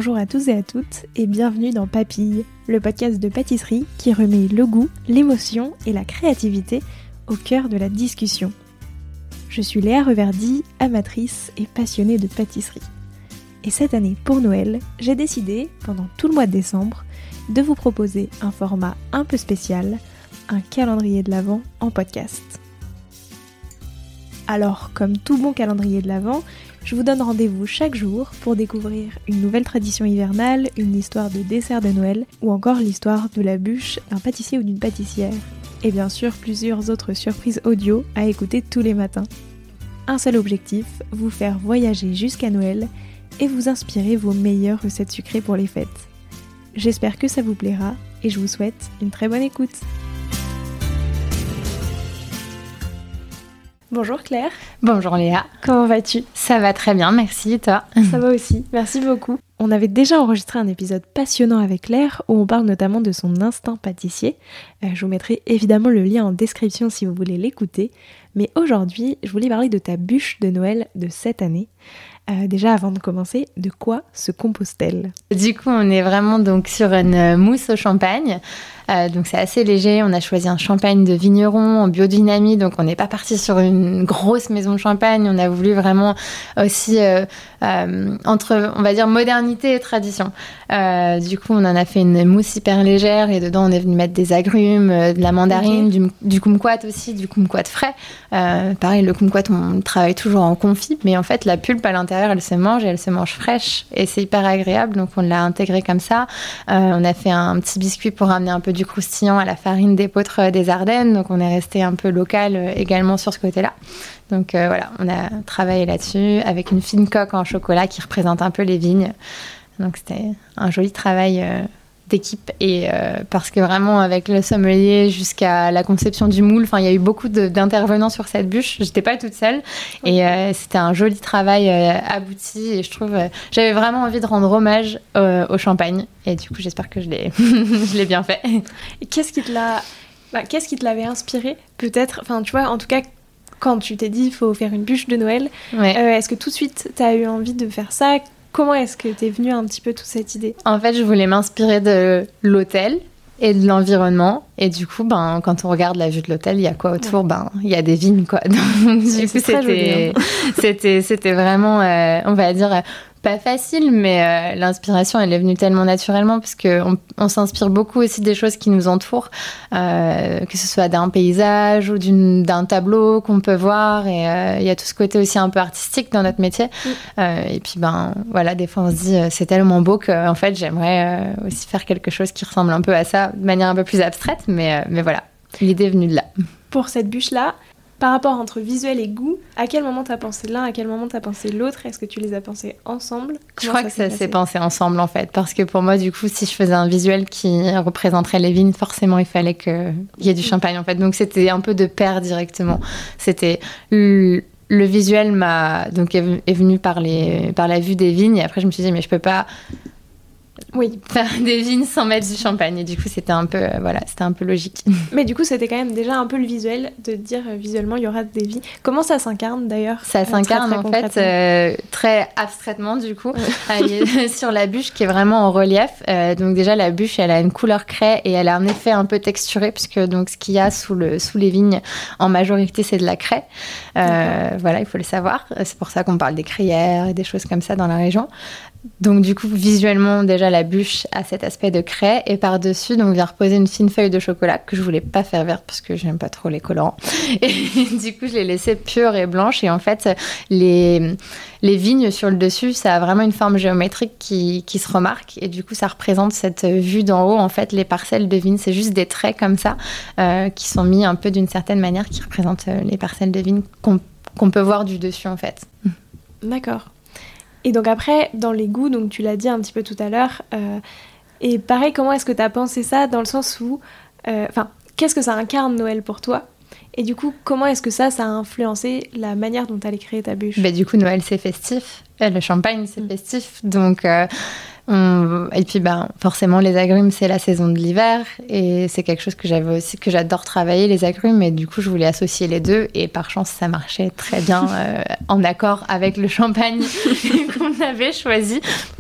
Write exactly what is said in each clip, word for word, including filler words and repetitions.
Bonjour à tous et à toutes et bienvenue dans Papille, le podcast de pâtisserie qui remet le goût, l'émotion et la créativité au cœur de la discussion. Je suis Léa Reverdy, amatrice et passionnée de pâtisserie. Et cette année pour Noël, j'ai décidé, pendant tout le mois de décembre, de vous proposer un format un peu spécial, un calendrier de l'Avent en podcast. Alors, comme tout bon calendrier de l'Avent, je vous donne rendez-vous chaque jour pour découvrir une nouvelle tradition hivernale, une histoire de dessert de Noël ou encore l'histoire de la bûche d'un pâtissier ou d'une pâtissière. Et bien sûr, plusieurs autres surprises audio à écouter tous les matins. Un seul objectif, vous faire voyager jusqu'à Noël et vous inspirer vos meilleures recettes sucrées pour les fêtes. J'espère que ça vous plaira et je vous souhaite une très bonne écoute. Bonjour Claire. Bonjour Léa. Comment vas-tu ? Ça va très bien, merci, et toi ? Ça va aussi, merci beaucoup. On avait déjà enregistré un épisode passionnant avec Claire où on parle notamment de son instinct pâtissier. Euh, je vous mettrai évidemment le lien en description si vous voulez l'écouter. Mais aujourd'hui, je voulais parler de ta bûche de Noël de cette année. Euh, déjà, avant de commencer, de quoi se compose-t-elle ? Du coup, on est vraiment donc sur une mousse au champagne. Euh, donc c'est assez léger. On a choisi un champagne de vigneron en biodynamie. Donc on n'est pas parti sur une grosse maison de champagne. On a voulu vraiment aussi euh, euh, entre, on va dire, modernité et tradition. Euh, du coup, on en a fait une mousse hyper légère et dedans, on est venu mettre des agrumes, euh, de la mandarine, okay. du, du kumquat aussi, du kumquat frais. Euh, pareil, le kumquat, on travaille toujours en confit, mais en fait, la pulpe à l'intérieur, elle se mange et elle se mange fraîche et c'est hyper agréable. Donc on l'a intégré comme ça. Euh, on a fait un petit biscuit pour ramener un peu du croustillant à la farine d'épeautre des Ardennes. Donc on est resté un peu local euh, également sur ce côté-là. Donc euh, voilà, on a travaillé là-dessus avec une fine coque en chocolat qui représente un peu les vignes. Donc c'était un joli travail euh, d'équipe et euh, parce que vraiment avec le sommelier jusqu'à la conception du moule, enfin il y a eu beaucoup de, d'intervenants sur cette bûche. J'étais pas toute seule et euh, c'était un joli travail euh, abouti et je trouve euh, j'avais vraiment envie de rendre hommage euh, au champagne et du coup j'espère que je l'ai je l'ai bien fait. Et qu'est-ce qui te l'a bah, qu'est-ce qui te l'avait inspiré peut-être, enfin tu vois, en tout cas quand tu t'es dit il faut faire une bûche de Noël, ouais. euh, est-ce que tout de suite tu as eu envie de faire ça ? Comment est-ce que t'es venue un petit peu toute cette idée ? En fait, je voulais m'inspirer de l'hôtel et de l'environnement. Et du coup, ben, quand on regarde la vue de l'hôtel, il y a quoi autour ? Ouais. Ben, il y a des vignes, quoi. Donc, du coup, c'était, joli, hein. c'était, c'était vraiment, euh, on va dire, euh, pas facile, mais euh, l'inspiration, elle est venue tellement naturellement parce qu'on on s'inspire beaucoup aussi des choses qui nous entourent, euh, que ce soit d'un paysage ou d'une, d'un tableau qu'on peut voir. Et euh, il y a tout ce côté aussi un peu artistique dans notre métier. Mm. Euh, et puis, ben, voilà, des fois, on se dit, euh, c'est tellement beau qu'en fait, j'aimerais euh, aussi faire quelque chose qui ressemble un peu à ça, de manière un peu plus abstraite. Mais, euh, mais voilà, l'idée est venue de là. Pour cette bûche-là, par rapport entre visuel et goût, à quel moment t'as pensé l'un, à quel moment t'as pensé l'autre ? Est-ce que tu les as pensés ensemble ? Comment Je crois ça que ça s'est pensé ensemble en fait, parce que pour moi du coup, si je faisais un visuel qui représenterait les vignes, forcément il fallait qu'il y ait du champagne en fait. Donc c'était un peu de pair directement. C'était le, le visuel m'a donc est venu par les par la vue des vignes et après je me suis dit mais je peux pas. Oui, faire des vignes sans mettre du champagne. Et du coup, c'était un peu, euh, voilà, c'était un peu logique. Mais du coup, c'était quand même déjà un peu le visuel, de dire euh, visuellement, il y aura des vignes. Comment ça s'incarne d'ailleurs ? Ça s'incarne très, très en fait euh, très abstraitement du coup, ouais. Sur la bûche qui est vraiment en relief. Euh, donc déjà, la bûche, elle a une couleur craie et elle a un effet un peu texturé puisque donc ce qu'il y a sous le sous les vignes, en majorité, c'est de la craie. Euh, voilà, il faut le savoir. C'est pour ça qu'on parle des crayères et des choses comme ça dans la région. Donc du coup, visuellement, déjà, la bûche a cet aspect de craie. Et par-dessus, donc, vient reposer une fine feuille de chocolat que je voulais pas faire verte parce que j'aime pas trop les colorants. Et du coup, je l'ai laissée pure et blanche. Et en fait, les, les vignes sur le dessus, ça a vraiment une forme géométrique qui, qui se remarque. Et du coup, ça représente cette vue d'en haut. En fait, les parcelles de vignes, c'est juste des traits comme ça euh, qui sont mis un peu d'une certaine manière qui représentent les parcelles de vignes qu'on, qu'on peut voir du dessus, en fait. D'accord. Et donc après, dans les goûts, donc tu l'as dit un petit peu tout à l'heure, euh, et pareil, comment est-ce que tu as pensé ça dans le sens où, enfin, euh, qu'est-ce que ça incarne Noël pour toi ? Et du coup, comment est-ce que ça, ça a influencé la manière dont tu allais créer ta bûche ? Bah, du coup, Noël, c'est festif. Le champagne, c'est mmh. festif. Donc, euh, on... et puis, bah, forcément, les agrumes, c'est la saison de l'hiver. Et c'est quelque chose que j'avais aussi, que j'adore travailler, les agrumes. Et du coup, je voulais associer les deux. Et par chance, ça marchait très bien euh, en accord avec le champagne qu'on avait choisi.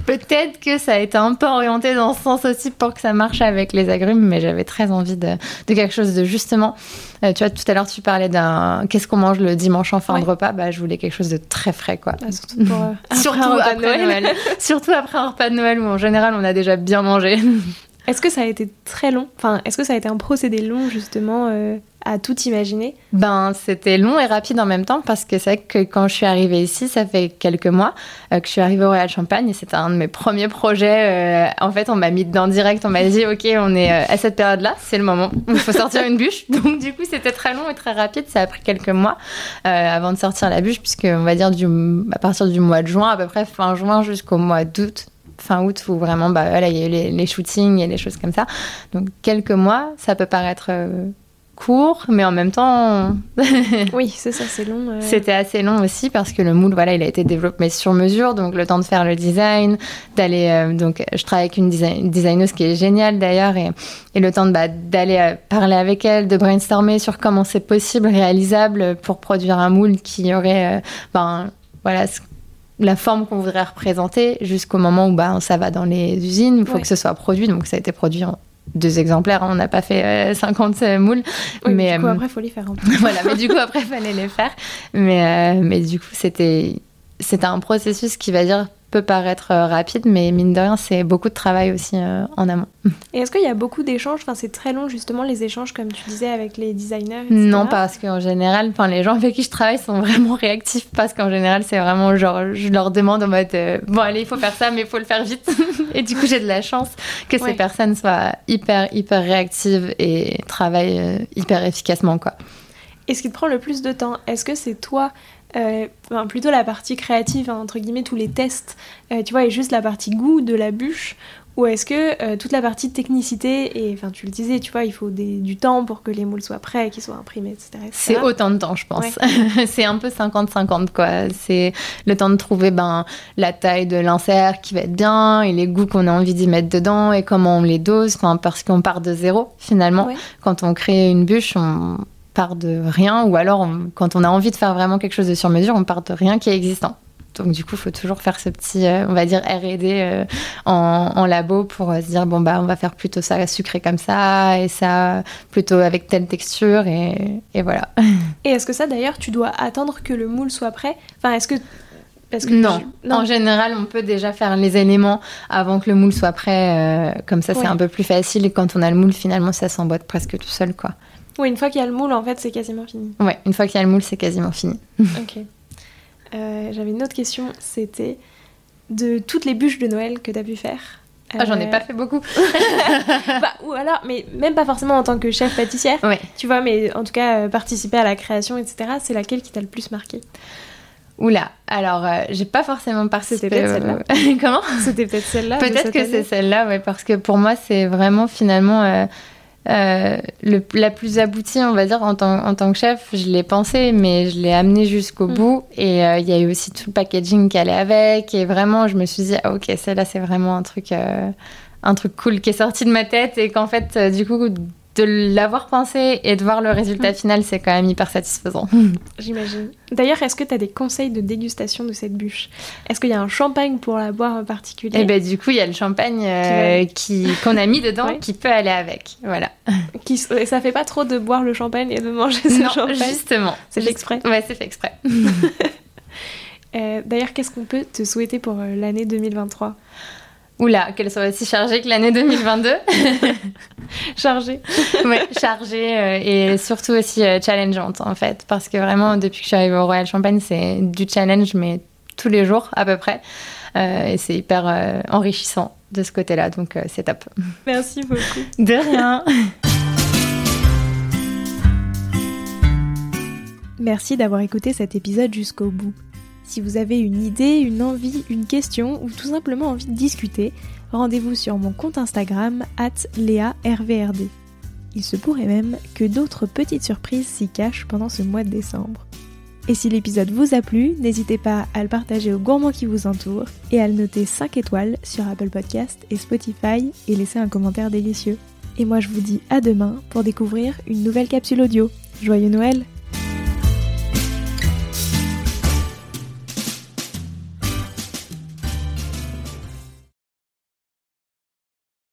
peut-être que ça a été un peu orienté dans ce sens aussi pour que ça marche avec les agrumes, mais j'avais très envie de, de quelque chose de justement... Euh, tu vois, tout à l'heure, tu parlais d'un... Qu'est-ce qu'on mange le dimanche en fin ouais. de repas? Bah, je voulais quelque chose de très frais, quoi. Ah, surtout pour, euh, surtout après, après Noël. Noël. Surtout après un repas de Noël où, en général, on a déjà bien mangé. Est-ce que ça a été très long? Enfin, est-ce que ça a été un procédé long, justement, euh, à tout imaginer? Ben, c'était long et rapide en même temps, parce que c'est vrai que quand je suis arrivée ici, ça fait quelques mois euh, que je suis arrivée au Royal Champagne, et c'était un de mes premiers projets. Euh, en fait, on m'a mis dedans direct, on m'a dit, OK, on est euh, à cette période-là, c'est le moment où il faut sortir une bûche. Donc, du coup, c'était très long et très rapide. Ça a pris quelques mois euh, avant de sortir la bûche, puisque, on va dire, du, à partir du mois de juin, à peu près fin juin jusqu'au mois d'août, fin août, où vraiment, bah, voilà, il y a eu les, les shootings et les choses comme ça. Donc, quelques mois, ça peut paraître euh, court, mais en même temps... oui, c'est ça, c'est long. Euh... C'était assez long aussi, parce que le moule, voilà, il a été développé sur mesure, donc le temps de faire le design, d'aller... Euh, donc, je travaille avec une, design, une designeuse qui est géniale, d'ailleurs, et, et le temps de, bah, d'aller euh, parler avec elle, de brainstormer sur comment c'est possible, réalisable, pour produire un moule qui aurait... Euh, ben, voilà... la forme qu'on voudrait représenter jusqu'au moment où bah, ça va dans les usines, il faut ouais. que ce soit produit, donc ça a été produit en deux exemplaires, hein. On n'a pas fait euh, cinquante moules. Oui, mais du coup euh, après il faut les faire. Voilà, mais du coup après il fallait les faire. Mais, euh, mais du coup c'était, c'était un processus qui va dire peut paraître euh, rapide, mais mine de rien c'est beaucoup de travail aussi euh, en amont. Et est-ce qu'il y a beaucoup d'échanges? Enfin, c'est très long justement les échanges comme tu disais avec les designers, et cetera. Non, parce qu'en général, enfin les gens avec qui je travaille sont vraiment réactifs, parce qu'en général c'est vraiment genre je leur demande en mode euh, bon allez il faut faire ça mais il faut le faire vite. Et du coup j'ai de la chance que ouais. ces personnes soient hyper hyper réactives et travaillent euh, hyper efficacement, quoi. Et ce qui te prend le plus de temps, est-ce que c'est toi Euh, enfin, plutôt la partie créative, hein, entre guillemets, tous les tests, euh, tu vois, et juste la partie goût de la bûche, ou est-ce que euh, toute la partie technicité, et enfin tu le disais, tu vois, il faut des, du temps pour que les moules soient prêts, qu'ils soient imprimés, et cetera, et cetera. C'est autant de temps, je pense. Ouais. C'est un peu cinquante cinquante, quoi. C'est le temps de trouver ben, la taille de l'insert qui va être bien, et les goûts qu'on a envie d'y mettre dedans, et comment on les dose, parce qu'on part de zéro, finalement. Ouais. Quand on crée une bûche, on... part de rien, ou alors on, quand on a envie de faire vraiment quelque chose de sur mesure, on part de rien qui est existant. Donc du coup, il faut toujours faire ce petit, euh, on va dire, R et D euh, en, en labo pour euh, se dire, bon, bah, on va faire plutôt ça sucré comme ça, et ça plutôt avec telle texture, et, et voilà. Et est-ce que ça, d'ailleurs, tu dois attendre que le moule soit prêt? Enfin, est-ce que... Parce que non. Je... non, en général, on peut déjà faire les éléments avant que le moule soit prêt, euh, comme ça, ouais. c'est un peu plus facile, et quand on a le moule, finalement, ça s'emboîte presque tout seul, quoi. Oui, une fois qu'il y a le moule, en fait, c'est quasiment fini. Ouais, une fois qu'il y a le moule, c'est quasiment fini. Ok. Euh, j'avais une autre question, c'était de toutes les bûches de Noël que tu as pu faire. Euh... Oh, j'en ai pas fait beaucoup. bah, ou alors, mais même pas forcément en tant que chef pâtissière. Ouais. Tu vois, mais en tout cas, euh, participer à la création, et cetera. C'est laquelle qui t'a le plus marqué? Oula, alors euh, j'ai pas forcément participé. C'était peut-être euh... celle-là. Comment? C'était peut-être celle-là. Peut-être que année. c'est celle-là, ouais, parce que pour moi, c'est vraiment finalement... Euh... Euh, le, la plus aboutie, on va dire, en tant, en tant que chef, je l'ai pensé, mais je l'ai amené jusqu'au mmh. bout. Et il euh, y a eu aussi tout le packaging qui allait avec. Et vraiment, je me suis dit, ah, ok, celle-là, c'est vraiment un truc, euh, un truc cool qui est sorti de ma tête. Et qu'en fait, euh, du coup, de l'avoir pensé et de voir le résultat mmh. final, c'est quand même hyper satisfaisant. J'imagine. D'ailleurs, est-ce que tu as des conseils de dégustation de cette bûche? Est-ce qu'il y a un champagne pour la boire en particulier? Eh ben, du coup, il y a le champagne euh, qui, qu'on a mis dedans ouais. qui peut aller avec. Voilà. Qui, ça fait pas trop de boire le champagne et de manger ce non, champagne? Justement. C'est fait exprès? Ouais, c'est fait exprès. euh, d'ailleurs, qu'est-ce qu'on peut te souhaiter pour euh, l'année deux mille vingt-trois? Oula, qu'elle soit aussi chargée que l'année deux mille vingt-deux. Chargée. Oui, chargée euh, et surtout aussi euh, challengeante, en fait. Parce que vraiment, depuis que je suis arrivée au Royal Champagne, c'est du challenge, mais tous les jours, à peu près. Euh, et c'est hyper euh, enrichissant de ce côté-là, donc euh, c'est top. Merci beaucoup. De rien. Merci d'avoir écouté cet épisode jusqu'au bout. Si vous avez une idée, une envie, une question ou tout simplement envie de discuter, rendez-vous sur mon compte Instagram arobase léa r v r d. Il se pourrait même que d'autres petites surprises s'y cachent pendant ce mois de décembre. Et si l'épisode vous a plu, n'hésitez pas à le partager aux gourmands qui vous entourent et à le noter cinq étoiles sur Apple Podcast et Spotify et laisser un commentaire délicieux. Et moi je vous dis à demain pour découvrir une nouvelle capsule audio. Joyeux Noël!